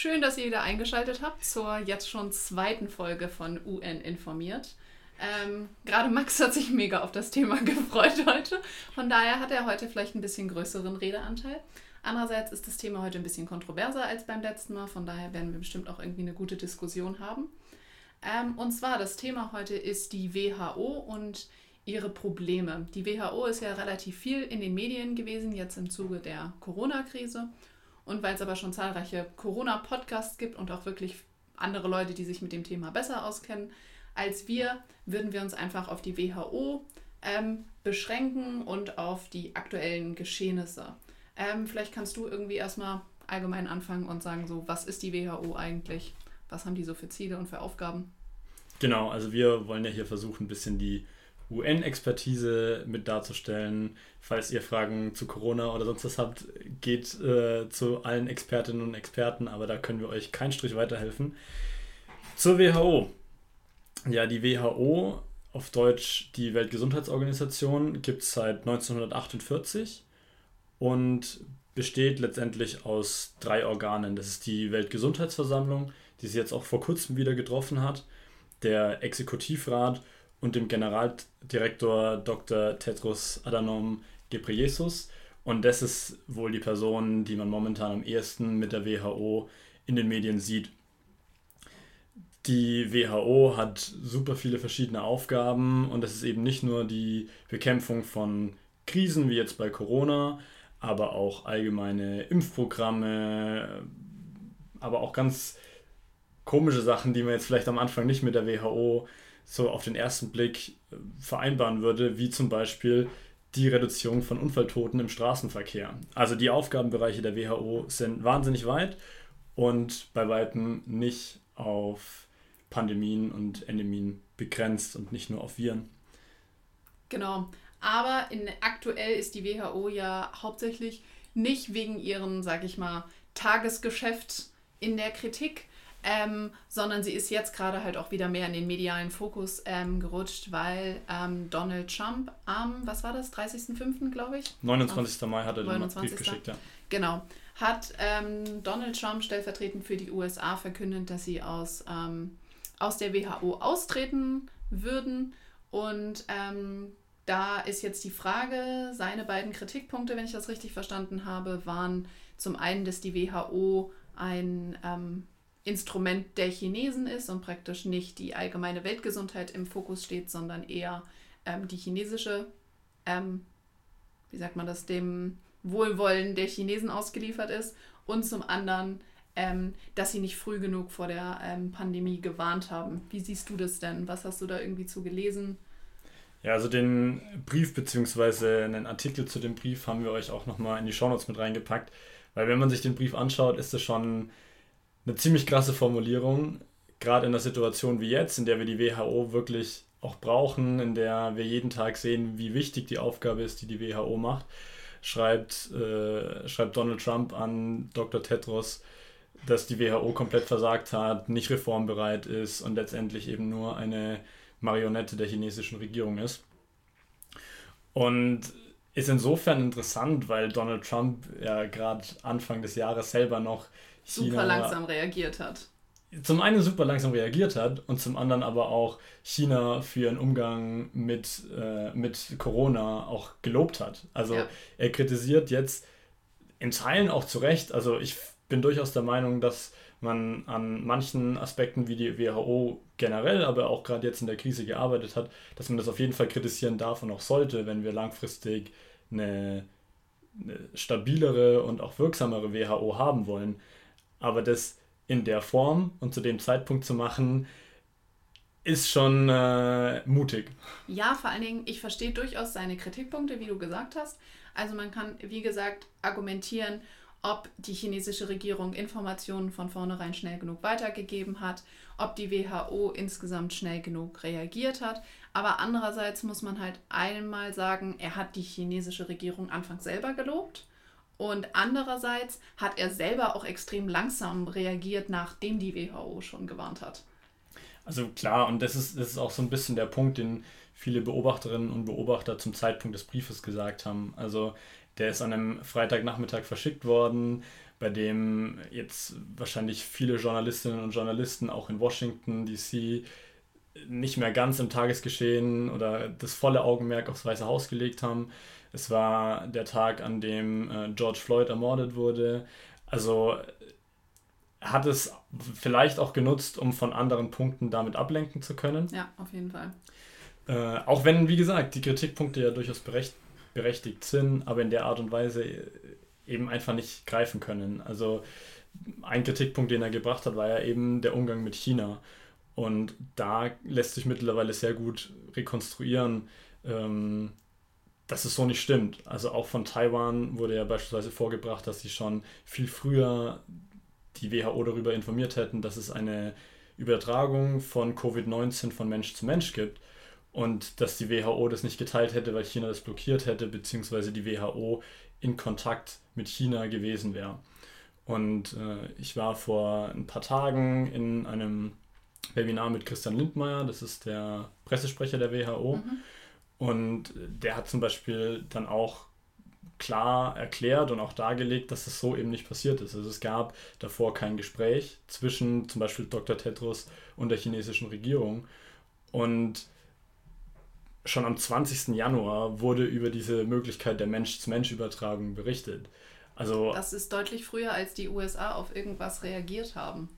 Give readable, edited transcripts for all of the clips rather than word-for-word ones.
Schön, dass ihr wieder eingeschaltet habt zur jetzt schon zweiten Folge von UN informiert. Gerade Max hat sich mega auf das Thema gefreut heute. Von daher hat er heute vielleicht ein bisschen größeren Redeanteil. Andererseits ist das Thema heute ein bisschen kontroverser als beim letzten Mal. Von daher werden wir bestimmt auch irgendwie eine gute Diskussion haben. Und zwar, das Thema heute ist die WHO und ihre Probleme. Die WHO ist ja relativ viel in den Medien gewesen, jetzt im Zuge der Corona-Krise. Und weil es aber schon zahlreiche Corona-Podcasts gibt und auch wirklich andere Leute, die sich mit dem Thema besser auskennen als wir, würden wir uns einfach auf die WHO beschränken und auf die aktuellen Geschehnisse. Vielleicht kannst du irgendwie erstmal allgemein anfangen und sagen, so, was ist die WHO eigentlich? Was haben die so für Ziele und für Aufgaben? Genau, also wir wollen ja hier versuchen, ein bisschen die UN-Expertise mit darzustellen. Falls ihr Fragen zu Corona oder sonst was habt, geht zu allen Expertinnen und Experten, aber da können wir euch keinen Strich weiterhelfen. Zur WHO. Ja, die WHO, auf Deutsch die Weltgesundheitsorganisation, gibt es seit 1948 und besteht letztendlich aus 3 Organen. Das ist die Weltgesundheitsversammlung, die sich jetzt auch vor kurzem wieder getroffen hat, der Exekutivrat und dem Generaldirektor Dr. Tedros Adhanom Ghebreyesus. Und das ist wohl die Person, die man momentan am ehesten mit der WHO in den Medien sieht. Die WHO hat super viele verschiedene Aufgaben und das ist eben nicht nur die Bekämpfung von Krisen wie jetzt bei Corona, aber auch allgemeine Impfprogramme, aber auch ganz komische Sachen, die man jetzt vielleicht am Anfang nicht mit der WHO so auf den ersten Blick vereinbaren würde, wie zum Beispiel die Reduzierung von Unfalltoten im Straßenverkehr. Also die Aufgabenbereiche der WHO sind wahnsinnig weit und bei weitem nicht auf Pandemien und Endemien begrenzt und nicht nur auf Viren. Genau, aber aktuell ist die WHO ja hauptsächlich nicht wegen ihrem, sag ich mal, Tagesgeschäft in der Kritik, sondern sie ist jetzt gerade halt auch wieder mehr in den medialen Fokus gerutscht, weil Donald Trump am, was war das, 30.05. glaube ich? 29. Mai hat er den Brief geschickt, ja. Genau, hat Donald Trump stellvertretend für die USA verkündet, dass sie aus der WHO austreten würden. Und da ist jetzt die Frage, seine beiden Kritikpunkte, wenn ich das richtig verstanden habe, waren zum einen, dass die WHO ein Instrument der Chinesen ist und praktisch nicht die allgemeine Weltgesundheit im Fokus steht, sondern eher die chinesische, wie sagt man das, dem Wohlwollen der Chinesen ausgeliefert ist. Und zum anderen, dass sie nicht früh genug vor der Pandemie gewarnt haben. Wie siehst du das denn? Was hast du da irgendwie zu gelesen? Ja, also den Brief bzw. einen Artikel zu dem Brief haben wir euch auch nochmal in die Shownotes mit reingepackt, weil wenn man sich den Brief anschaut, ist das schon eine ziemlich krasse Formulierung, gerade in der Situation wie jetzt, in der wir die WHO wirklich auch brauchen, in der wir jeden Tag sehen, wie wichtig die Aufgabe ist, die die WHO macht, schreibt Donald Trump an Dr. Tedros, dass die WHO komplett versagt hat, nicht reformbereit ist und letztendlich eben nur eine Marionette der chinesischen Regierung ist. Und ist insofern interessant, weil Donald Trump ja gerade Anfang des Jahres selber noch super langsam reagiert hat. Zum einen super langsam reagiert hat und zum anderen aber auch China für ihren Umgang mit Corona auch gelobt hat. Also ja. Er kritisiert jetzt in Teilen auch zu Recht, also ich bin durchaus der Meinung, dass man an manchen Aspekten wie die WHO generell, aber auch gerade jetzt in der Krise gearbeitet hat, dass man das auf jeden Fall kritisieren darf und auch sollte, wenn wir langfristig eine stabilere und auch wirksamere WHO haben wollen. Aber das in der Form und zu dem Zeitpunkt zu machen, ist schon mutig. Ja, vor allen Dingen, ich verstehe durchaus seine Kritikpunkte, wie du gesagt hast. Also man kann, wie gesagt, argumentieren, ob die chinesische Regierung Informationen von vornherein schnell genug weitergegeben hat, ob die WHO insgesamt schnell genug reagiert hat. Aber andererseits muss man halt einmal sagen, er hat die chinesische Regierung anfangs selber gelobt. Und andererseits hat er selber auch extrem langsam reagiert, nachdem die WHO schon gewarnt hat. Also klar, und das ist auch so ein bisschen der Punkt, den viele Beobachterinnen und Beobachter zum Zeitpunkt des Briefes gesagt haben. Also der ist an einem Freitagnachmittag verschickt worden. bei dem jetzt wahrscheinlich viele Journalistinnen und Journalisten auch in Washington, D.C. nicht mehr ganz im Tagesgeschehen oder das volle Augenmerk aufs Weiße Haus gelegt haben. Es war der Tag, an dem George Floyd ermordet wurde. Also hat es vielleicht auch genutzt, um von anderen Punkten damit ablenken zu können. Ja, auf jeden Fall. Auch wenn, wie gesagt, die Kritikpunkte ja durchaus berechtigt sind, aber in der Art und Weise eben einfach nicht greifen können. Also ein Kritikpunkt, den er gebracht hat, war ja eben der Umgang mit China. Und da lässt sich mittlerweile sehr gut rekonstruieren, dass es so nicht stimmt. Also auch von Taiwan wurde ja beispielsweise vorgebracht, dass sie schon viel früher die WHO darüber informiert hätten, dass es eine Übertragung von Covid-19 von Mensch zu Mensch gibt und dass die WHO das nicht geteilt hätte, weil China das blockiert hätte, beziehungsweise die WHO in Kontakt mit China gewesen wäre. Und ich war vor ein paar Tagen in einem Webinar mit Christian Lindmeier, das ist der Pressesprecher der WHO, und der hat zum Beispiel dann auch klar erklärt und auch dargelegt, dass das so eben nicht passiert ist. Also es gab davor kein Gespräch zwischen zum Beispiel Dr. Tedros und der chinesischen Regierung. Und schon am 20. Januar wurde über diese Möglichkeit der Mensch-zu-Mensch-Übertragung berichtet. Also, das ist deutlich früher, als die USA auf irgendwas reagiert haben.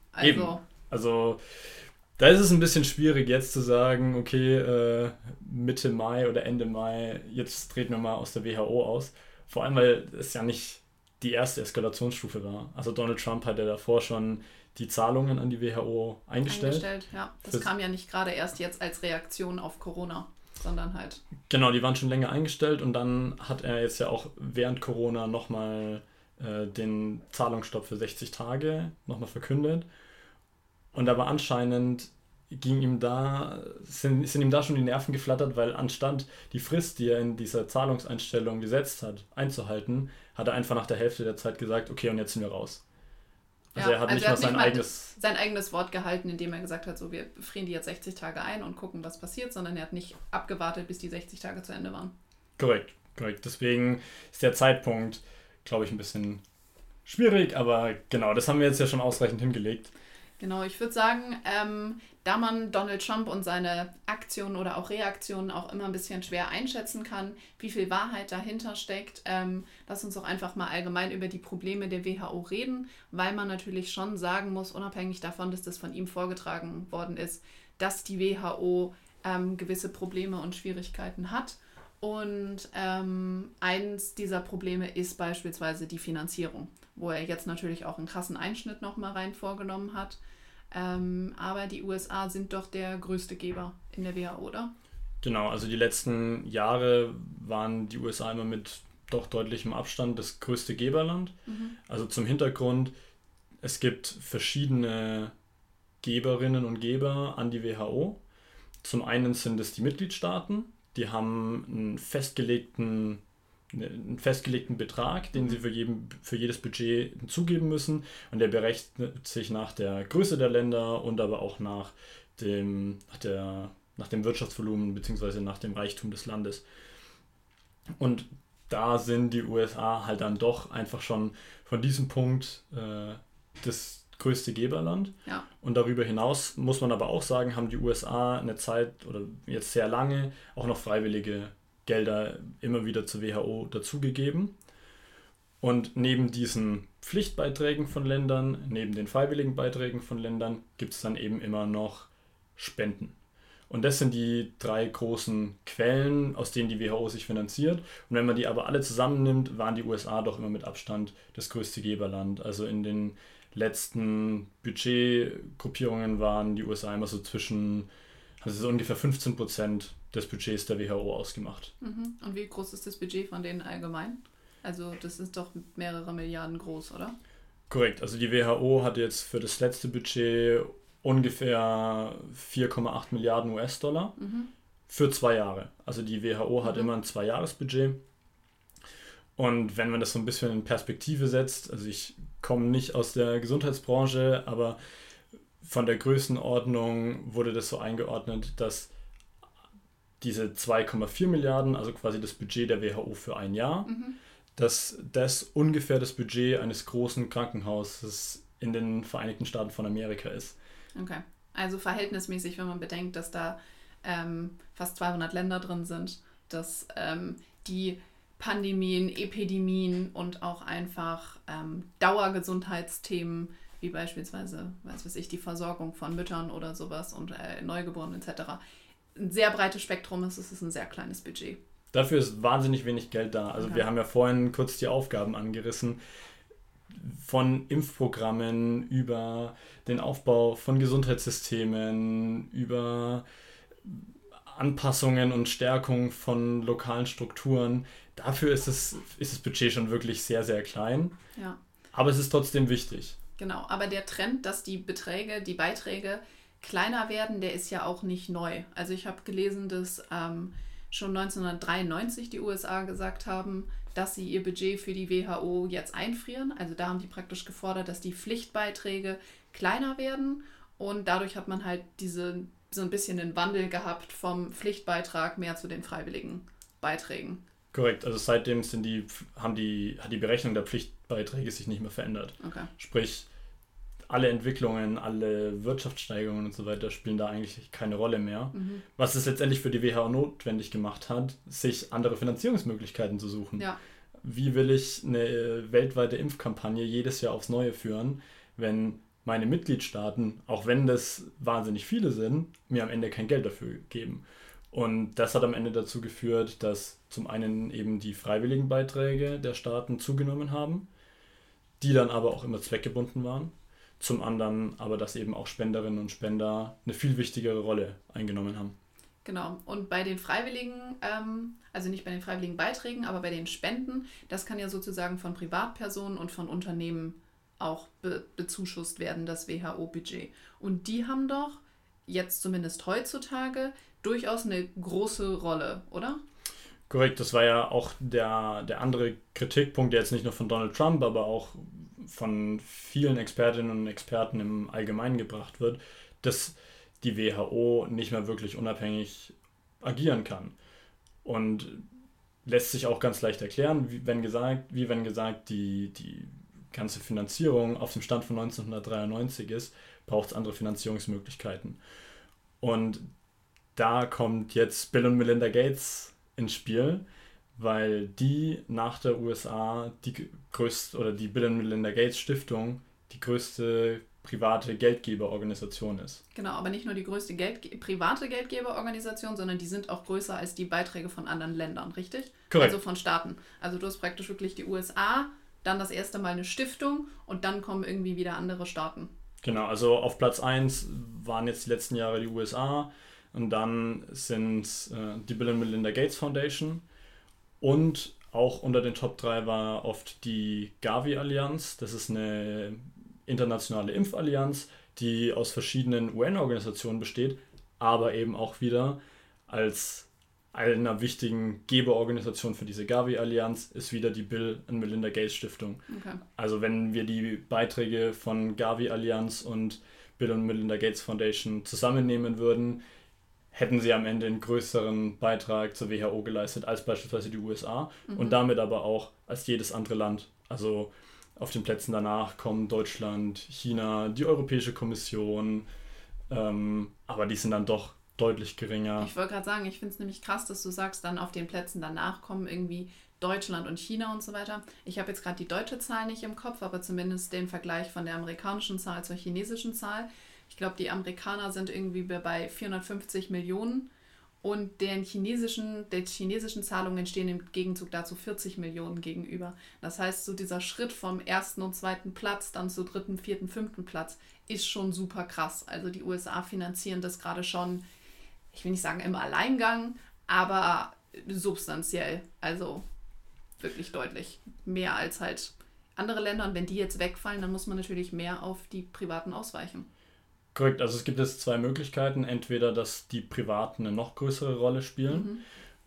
Also da ist es ein bisschen schwierig jetzt zu sagen, okay, Mitte Mai oder Ende Mai, jetzt treten wir mal aus der WHO aus. Vor allem, weil es ja nicht die erste Eskalationsstufe war. Also Donald Trump hat ja davor schon die Zahlungen an die WHO eingestellt. Ja. Das kam ja nicht gerade erst jetzt als Reaktion auf Corona, sondern halt... Genau, die waren schon länger eingestellt und dann hat er jetzt ja auch während Corona nochmal den Zahlungsstopp für 60 Tage nochmal verkündet. Und aber anscheinend sind ihm da schon die Nerven geflattert, weil anstatt die Frist, die er in dieser Zahlungseinstellung gesetzt hat, einzuhalten, hat er einfach nach der Hälfte der Zeit gesagt, okay, und jetzt sind wir raus. Also er hat nicht mal sein eigenes Wort gehalten, indem er gesagt hat, so, wir frieren die jetzt 60 Tage ein und gucken, was passiert, sondern er hat nicht abgewartet, bis die 60 Tage zu Ende waren. Korrekt. Deswegen ist der Zeitpunkt, glaube ich, ein bisschen schwierig, aber genau, das haben wir jetzt ja schon ausreichend hingelegt. Genau, ich würde sagen, da man Donald Trump und seine Aktionen oder auch Reaktionen auch immer ein bisschen schwer einschätzen kann, wie viel Wahrheit dahinter steckt, lass uns doch einfach mal allgemein über die Probleme der WHO reden, weil man natürlich schon sagen muss, unabhängig davon, dass das von ihm vorgetragen worden ist, dass die WHO gewisse Probleme und Schwierigkeiten hat. Und eins dieser Probleme ist beispielsweise die Finanzierung, wo er jetzt natürlich auch einen krassen Einschnitt nochmal rein vorgenommen hat. Aber die USA sind doch der größte Geber in der WHO, oder? Genau, also die letzten Jahre waren die USA immer mit doch deutlichem Abstand das größte Geberland. Also zum Hintergrund, es gibt verschiedene Geberinnen und Geber an die WHO. Zum einen sind es die Mitgliedstaaten, die haben einen festgelegten Betrag, den sie für jedes Budget hinzugeben müssen, und der berechnet sich nach der Größe der Länder und aber auch nach dem Wirtschaftsvolumen bzw. nach dem Reichtum des Landes. Und da sind die USA halt dann doch einfach schon von diesem Punkt das größte Geberland. Ja. Und darüber hinaus muss man aber auch sagen, haben die USA eine Zeit oder jetzt sehr lange auch noch freiwillige Gelder immer wieder zur WHO dazugegeben. Und neben diesen Pflichtbeiträgen von Ländern, neben den freiwilligen Beiträgen von Ländern, gibt es dann eben immer noch Spenden. Und das sind die 3 großen Quellen, aus denen die WHO sich finanziert. Und wenn man die aber alle zusammennimmt, waren die USA doch immer mit Abstand das größte Geberland. Also in den letzten Budgetgruppierungen waren die USA immer so also ungefähr 15% des Budgets der WHO ausgemacht. Und wie groß ist das Budget von denen allgemein? Also das ist doch mehrere Milliarden groß, oder? Korrekt, also die WHO hatte jetzt für das letzte Budget ungefähr 4,8 Milliarden US-Dollar für 2 Jahre. Also die WHO hat immer ein 2-Jahres-Budget. Und wenn man das so ein bisschen in Perspektive setzt, also ich komme nicht aus der Gesundheitsbranche, aber von der Größenordnung wurde das so eingeordnet, dass diese 2,4 Milliarden, also quasi das Budget der WHO für ein Jahr, dass das ungefähr das Budget eines großen Krankenhauses in den Vereinigten Staaten von Amerika ist. Okay, also verhältnismäßig, wenn man bedenkt, dass da fast 200 Länder drin sind, dass die Pandemien, Epidemien und auch einfach Dauergesundheitsthemen, wie beispielsweise, was weiß ich, die Versorgung von Müttern oder sowas und Neugeborenen etc., ein sehr breites Spektrum ist. Es ist ein sehr kleines Budget. Dafür ist wahnsinnig wenig Geld da. Also wir haben ja vorhin kurz die Aufgaben angerissen, von Impfprogrammen über den Aufbau von Gesundheitssystemen, über Anpassungen und Stärkung von lokalen Strukturen. Dafür ist das Budget schon wirklich sehr, sehr klein. Ja. Aber es ist trotzdem wichtig. Genau, aber der Trend, dass die Beiträge kleiner werden, der ist ja auch nicht neu. Also ich habe gelesen, dass schon 1993 die USA gesagt haben, dass sie ihr Budget für die WHO jetzt einfrieren. Also da haben die praktisch gefordert, dass die Pflichtbeiträge kleiner werden. Und dadurch hat man halt so ein bisschen den Wandel gehabt vom Pflichtbeitrag mehr zu den freiwilligen Beiträgen. Korrekt, also seitdem hat die Berechnung der Pflichtbeiträge sich nicht mehr verändert. Okay. Sprich, alle Entwicklungen, alle Wirtschaftssteigerungen und so weiter spielen da eigentlich keine Rolle mehr. Mhm. Was es letztendlich für die WHO notwendig gemacht hat, sich andere Finanzierungsmöglichkeiten zu suchen. Ja. Wie will ich eine weltweite Impfkampagne jedes Jahr aufs Neue führen, wenn meine Mitgliedstaaten, auch wenn das wahnsinnig viele sind, mir am Ende kein Geld dafür geben? Und das hat am Ende dazu geführt, dass zum einen eben die freiwilligen Beiträge der Staaten zugenommen haben, die dann aber auch immer zweckgebunden waren. Zum anderen aber, dass eben auch Spenderinnen und Spender eine viel wichtigere Rolle eingenommen haben. Genau. Und bei den freiwilligen, also nicht bei den freiwilligen Beiträgen, aber bei den Spenden, das kann ja sozusagen von Privatpersonen und von Unternehmen auch bezuschusst werden, das WHO-Budget. Und die haben doch jetzt zumindest heutzutage durchaus eine große Rolle, oder? Korrekt, das war ja auch der andere Kritikpunkt, der jetzt nicht nur von Donald Trump, aber auch von vielen Expertinnen und Experten im Allgemeinen gebracht wird, dass die WHO nicht mehr wirklich unabhängig agieren kann. Und lässt sich auch ganz leicht erklären, wie wenn gesagt, die ganze Finanzierung auf dem Stand von 1993 ist, braucht es andere Finanzierungsmöglichkeiten. Und da kommt jetzt Bill und Melinda Gates ins Spiel, weil die nach der USA die Bill und Melinda Gates Stiftung die größte private Geldgeberorganisation ist. Genau, aber nicht nur die größte private Geldgeberorganisation, sondern die sind auch größer als die Beiträge von anderen Ländern, richtig? Korrekt. Also von Staaten. Also du hast praktisch wirklich die USA, dann das erste Mal eine Stiftung und dann kommen irgendwie wieder andere Staaten. Genau, also auf Platz 1 waren jetzt die letzten Jahre die USA und dann sind die Bill und Melinda Gates Foundation und auch unter den Top 3 war oft die Gavi-Allianz. Das ist eine internationale Impfallianz, die aus verschiedenen UN-Organisationen besteht, aber eben auch wieder als einer wichtigen Geberorganisation für diese Gavi-Allianz ist wieder die Bill und Melinda Gates Stiftung. Okay. Also wenn wir die Beiträge von Gavi-Allianz und Bill und Melinda Gates Foundation zusammennehmen würden, hätten sie am Ende einen größeren Beitrag zur WHO geleistet als beispielsweise die USA und damit aber auch als jedes andere Land. Also auf den Plätzen danach kommen Deutschland, China, die Europäische Kommission, aber die sind dann doch deutlich geringer. Ich wollte gerade sagen, ich finde es nämlich krass, dass du sagst, dann auf den Plätzen danach kommen irgendwie Deutschland und China und so weiter. Ich habe jetzt gerade die deutsche Zahl nicht im Kopf, aber zumindest den Vergleich von der amerikanischen Zahl zur chinesischen Zahl. Ich glaube, die Amerikaner sind irgendwie bei 450 Millionen und den chinesischen Zahlungen stehen im Gegenzug dazu 40 Millionen gegenüber. Das heißt, so dieser Schritt vom ersten und zweiten Platz dann zu dritten, vierten, fünften Platz ist schon super krass. Also die USA finanzieren das gerade schon, ich will nicht sagen im Alleingang, aber substanziell. Also wirklich deutlich mehr als halt andere Länder. Und wenn die jetzt wegfallen, dann muss man natürlich mehr auf die Privaten ausweichen. Korrekt, also es gibt jetzt zwei Möglichkeiten. Entweder, dass die Privaten eine noch größere Rolle spielen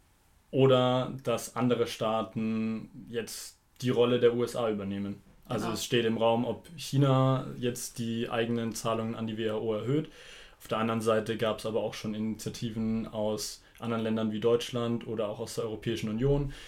oder dass andere Staaten jetzt die Rolle der USA übernehmen. Also Es steht im Raum, ob China jetzt die eigenen Zahlungen an die WHO erhöht. Auf der anderen Seite gab es aber auch schon Initiativen aus anderen Ländern wie Deutschland oder auch aus der Europäischen Union,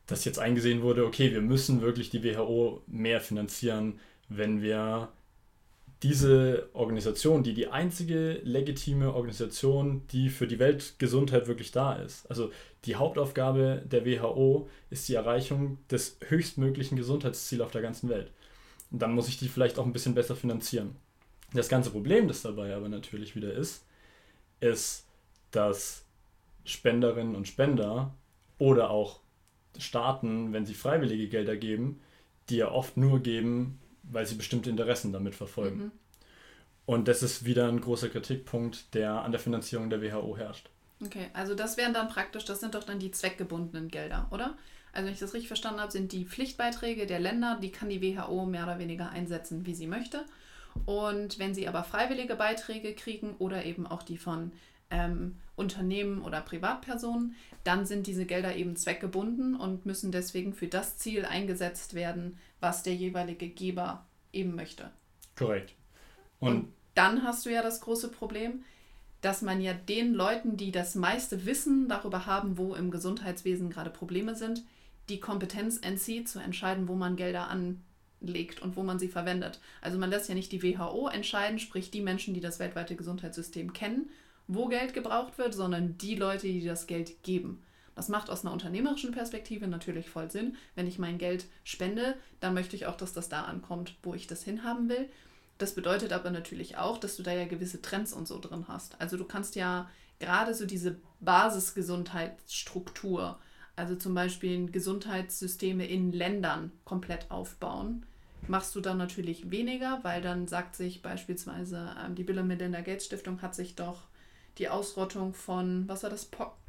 dass jetzt eingesehen wurde, okay, wir müssen wirklich die WHO mehr finanzieren, wenn wir diese Organisation, die einzige legitime Organisation, die für die Weltgesundheit wirklich da ist. Also die Hauptaufgabe der WHO ist die Erreichung des höchstmöglichen Gesundheitsziels auf der ganzen Welt. Und dann muss ich die vielleicht auch ein bisschen besser finanzieren. Das ganze Problem, das dabei aber natürlich wieder ist, dass Spenderinnen und Spender oder auch Staaten, wenn sie freiwillige Gelder geben, die ja oft nur geben, weil sie bestimmte Interessen damit verfolgen. Mhm. Und das ist wieder ein großer Kritikpunkt, der an der Finanzierung der WHO herrscht. Okay, also das wären dann praktisch, das sind doch dann die zweckgebundenen Gelder, oder? Also wenn ich das richtig verstanden habe, sind die Pflichtbeiträge der Länder, die kann die WHO mehr oder weniger einsetzen, wie sie möchte. Und wenn sie aber freiwillige Beiträge kriegen oder eben auch die von Unternehmen oder Privatpersonen, dann sind diese Gelder eben zweckgebunden und müssen deswegen für das Ziel eingesetzt werden, was der jeweilige Geber eben möchte. Korrekt. Und dann hast du ja das große Problem, dass man ja den Leuten, die das meiste Wissen darüber haben, wo im Gesundheitswesen gerade Probleme sind, die Kompetenz entzieht, zu entscheiden, wo man Gelder anlegt und wo man sie verwendet. Also man lässt ja nicht die WHO entscheiden, sprich die Menschen, die das weltweite Gesundheitssystem kennen, wo Geld gebraucht wird, sondern die Leute, die das Geld geben. Das macht aus einer unternehmerischen Perspektive natürlich voll Sinn. Wenn ich mein Geld spende, dann möchte ich auch, dass das da ankommt, wo ich das hinhaben will. Das bedeutet aber natürlich auch, dass du da ja gewisse Trends und so drin hast. Also du kannst ja gerade so diese Basisgesundheitsstruktur, also zum Beispiel Gesundheitssysteme in Ländern komplett aufbauen, machst du dann natürlich weniger, weil dann sagt sich beispielsweise, die Bill und Melinda Gates Stiftung hat sich doch die Ausrottung von, was war das,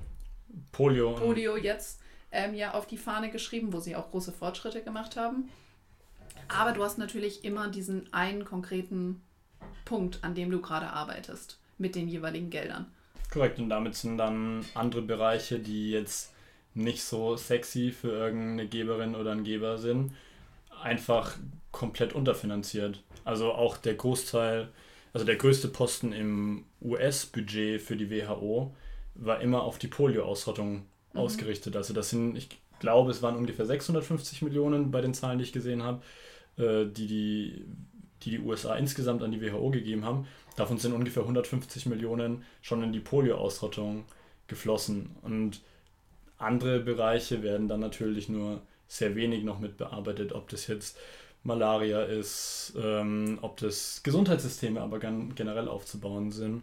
Polio jetzt ja auf die Fahne geschrieben, wo sie auch große Fortschritte gemacht haben. Aber du hast natürlich immer diesen einen konkreten Punkt, an dem du gerade arbeitest, mit den jeweiligen Geldern. Korrekt, und damit sind dann andere Bereiche, die jetzt nicht so sexy für irgendeine Geberin oder einen Geber sind, einfach komplett unterfinanziert. Also auch der Großteil, also der größte Posten im US-Budget für die WHO war immer auf die Polio-Ausrottung ausgerichtet. Also das sind, ich glaube, es waren ungefähr 650 Millionen bei den Zahlen, die ich gesehen habe, die USA insgesamt an die WHO gegeben haben. Davon sind ungefähr 150 Millionen schon in die Polio-Ausrottung geflossen. Und andere Bereiche werden dann natürlich nur sehr wenig noch mit bearbeitet, ob das jetzt Malaria ist, ob das Gesundheitssysteme aber generell aufzubauen sind.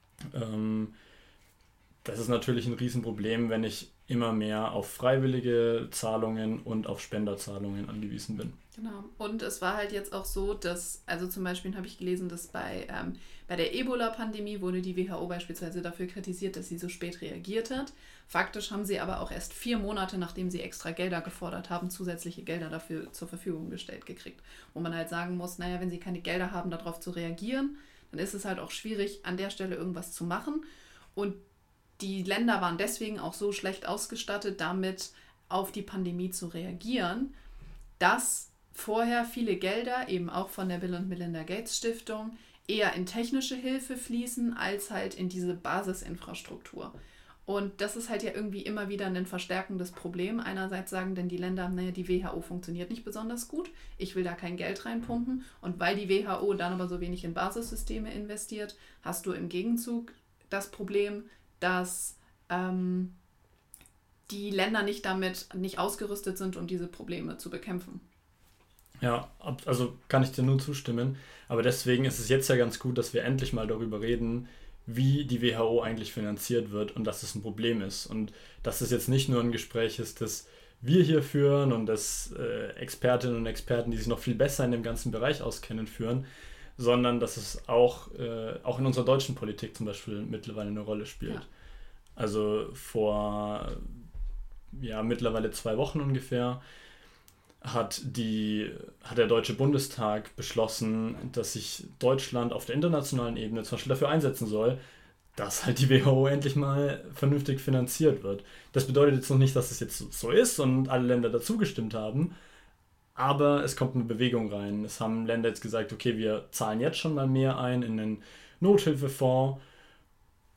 Das ist natürlich ein Riesenproblem, wenn ich immer mehr auf freiwillige Zahlungen und auf Spenderzahlungen angewiesen bin. Genau. Und es war halt jetzt auch so, dass, also zum Beispiel habe ich gelesen, dass bei der Ebola-Pandemie wurde die WHO beispielsweise dafür kritisiert, dass sie so spät reagiert hat. Faktisch haben sie aber auch erst 4 Monate, nachdem sie extra Gelder gefordert haben, zusätzliche Gelder dafür zur Verfügung gestellt gekriegt. Wo man halt sagen muss, naja, wenn sie keine Gelder haben, darauf zu reagieren, dann ist es halt auch schwierig, an der Stelle irgendwas zu machen. Und die Länder waren deswegen auch so schlecht ausgestattet, damit auf die Pandemie zu reagieren, dass vorher viele Gelder, eben auch von der Bill und Melinda Gates Stiftung, eher in technische Hilfe fließen, als halt in diese Basisinfrastruktur. Und das ist halt ja irgendwie immer wieder ein verstärkendes Problem. Einerseits sagen denn die Länder, naja, die WHO funktioniert nicht besonders gut, ich will da kein Geld reinpumpen. Und weil die WHO dann aber so wenig in Basissysteme investiert, hast du im Gegenzug das Problem, dass die Länder nicht ausgerüstet sind, um diese Probleme zu bekämpfen. Ja, also kann ich dir nur zustimmen. Aber deswegen ist es jetzt ja ganz gut, dass wir endlich mal darüber reden, wie die WHO eigentlich finanziert wird und dass es ein Problem ist. Und dass es jetzt nicht nur ein Gespräch ist, das wir hier führen und das Expertinnen und Experten, die sich noch viel besser in dem ganzen Bereich auskennen, führen, sondern dass es auch in unserer deutschen Politik zum Beispiel mittlerweile eine Rolle spielt. Ja. Also vor mittlerweile 2 Wochen ungefähr hat der Deutsche Bundestag beschlossen, dass sich Deutschland auf der internationalen Ebene zum Beispiel dafür einsetzen soll, dass halt die WHO endlich mal vernünftig finanziert wird. Das bedeutet jetzt noch nicht, dass es jetzt so ist und alle Länder dazu gestimmt haben, aber es kommt eine Bewegung rein. Es haben Länder jetzt gesagt, okay, wir zahlen jetzt schon mal mehr ein in den Nothilfefonds,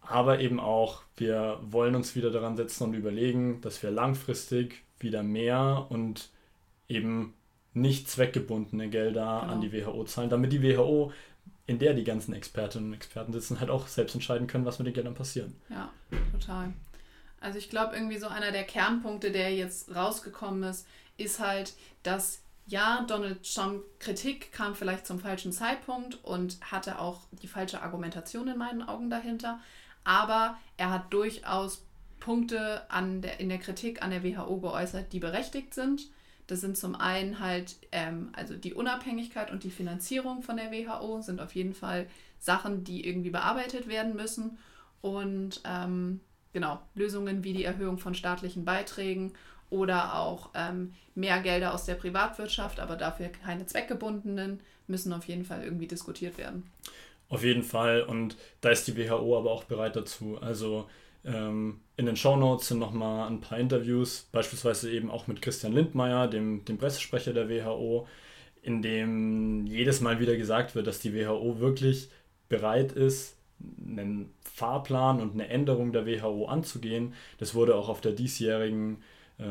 Aber eben auch, wir wollen uns wieder daran setzen und überlegen, dass wir langfristig wieder mehr und eben nicht zweckgebundene Gelder an die WHO zahlen, damit die WHO, in der die ganzen Expertinnen und Experten sitzen, halt auch selbst entscheiden können, was mit den Geldern passiert. Ja, total. Also ich glaube, irgendwie so einer der Kernpunkte, der jetzt rausgekommen ist halt, dass ja, Donald Trump Kritik kam vielleicht zum falschen Zeitpunkt und hatte auch die falsche Argumentation in meinen Augen dahinter, aber er hat durchaus Punkte in der Kritik an der WHO geäußert, die berechtigt sind. Das sind zum einen halt, also die Unabhängigkeit und die Finanzierung von der WHO sind auf jeden Fall Sachen, die irgendwie bearbeitet werden müssen. Und genau, Lösungen wie die Erhöhung von staatlichen Beiträgen oder auch mehr Gelder aus der Privatwirtschaft, aber dafür keine zweckgebundenen, müssen auf jeden Fall irgendwie diskutiert werden. Auf jeden Fall, und da ist die WHO aber auch bereit dazu. Also in den Shownotes sind nochmal ein paar Interviews, beispielsweise eben auch mit Christian Lindmeier, dem Pressesprecher der WHO, in dem jedes Mal wieder gesagt wird, dass die WHO wirklich bereit ist, einen Fahrplan und eine Änderung der WHO anzugehen. Das wurde auch auf der diesjährigen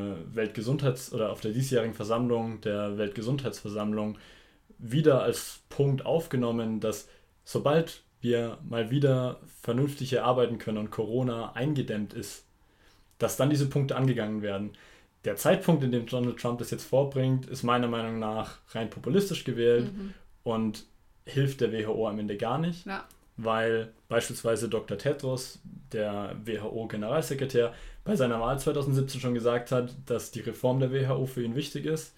auf der diesjährigen Versammlung der Weltgesundheitsversammlung wieder als Punkt aufgenommen, dass sobald wir mal wieder vernünftig hier arbeiten können und Corona eingedämmt ist, dass dann diese Punkte angegangen werden. Der Zeitpunkt, in dem Donald Trump das jetzt vorbringt, ist meiner Meinung nach rein populistisch gewählt und hilft der WHO am Ende gar nicht, weil beispielsweise Dr. Tedros, der WHO-Generalsekretär, bei seiner Wahl 2017 schon gesagt hat, dass die Reform der WHO für ihn wichtig ist.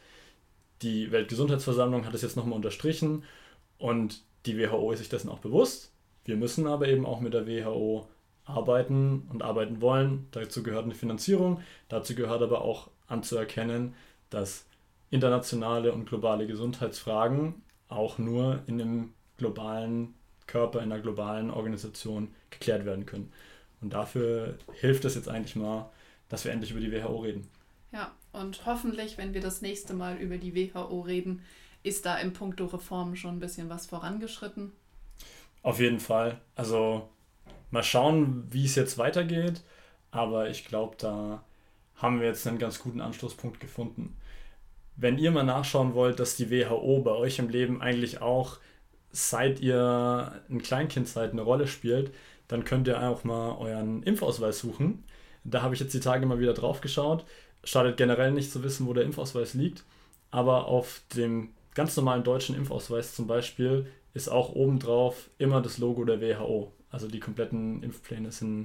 Die Weltgesundheitsversammlung hat es jetzt nochmal unterstrichen und die WHO ist sich dessen auch bewusst. Wir müssen aber eben auch mit der WHO arbeiten und arbeiten wollen. Dazu gehört eine Finanzierung, dazu gehört aber auch anzuerkennen, dass internationale und globale Gesundheitsfragen auch nur in einem globalen Körper, in einer globalen Organisation geklärt werden können. Und dafür hilft es jetzt eigentlich mal, dass wir endlich über die WHO reden. Ja, und hoffentlich, wenn wir das nächste Mal über die WHO reden, ist da im Punkto Reformen schon ein bisschen was vorangeschritten. Auf jeden Fall. Also mal schauen, wie es jetzt weitergeht. Aber ich glaube, da haben wir jetzt einen ganz guten Anstoßpunkt gefunden. Wenn ihr mal nachschauen wollt, dass die WHO bei euch im Leben eigentlich auch, seit ihr ein Kleinkind seid, eine Rolle spielt, dann könnt ihr auch mal euren Impfausweis suchen. Da habe ich jetzt die Tage mal wieder drauf geschaut. Schadet generell nicht zu wissen, wo der Impfausweis liegt. Aber auf dem ganz normalen deutschen Impfausweis zum Beispiel ist auch obendrauf immer das Logo der WHO. Also die kompletten Impfpläne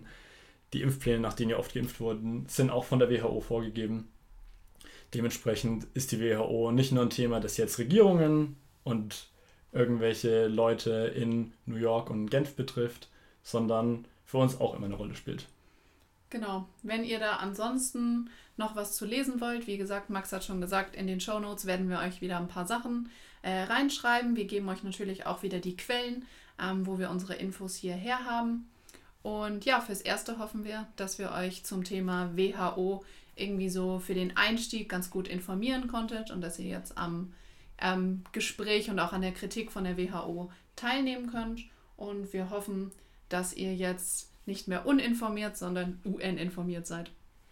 die Impfpläne, nach denen ja oft geimpft wurden, sind auch von der WHO vorgegeben. Dementsprechend ist die WHO nicht nur ein Thema, das jetzt Regierungen und irgendwelche Leute in New York und Genf betrifft, sondern für uns auch immer eine Rolle spielt. Genau. Wenn ihr da ansonsten noch was zu lesen wollt, wie gesagt, Max hat schon gesagt, in den Shownotes werden wir euch wieder ein paar Sachen reinschreiben. Wir geben euch natürlich auch wieder die Quellen, wo wir unsere Infos hierher haben. Und ja, fürs Erste hoffen wir, dass wir euch zum Thema WHO irgendwie so für den Einstieg ganz gut informieren konntet und dass ihr jetzt am Gespräch und auch an der Kritik von der WHO teilnehmen könnt. Und wir hoffen, dass ihr jetzt nicht mehr uninformiert, sondern UN-informiert seid.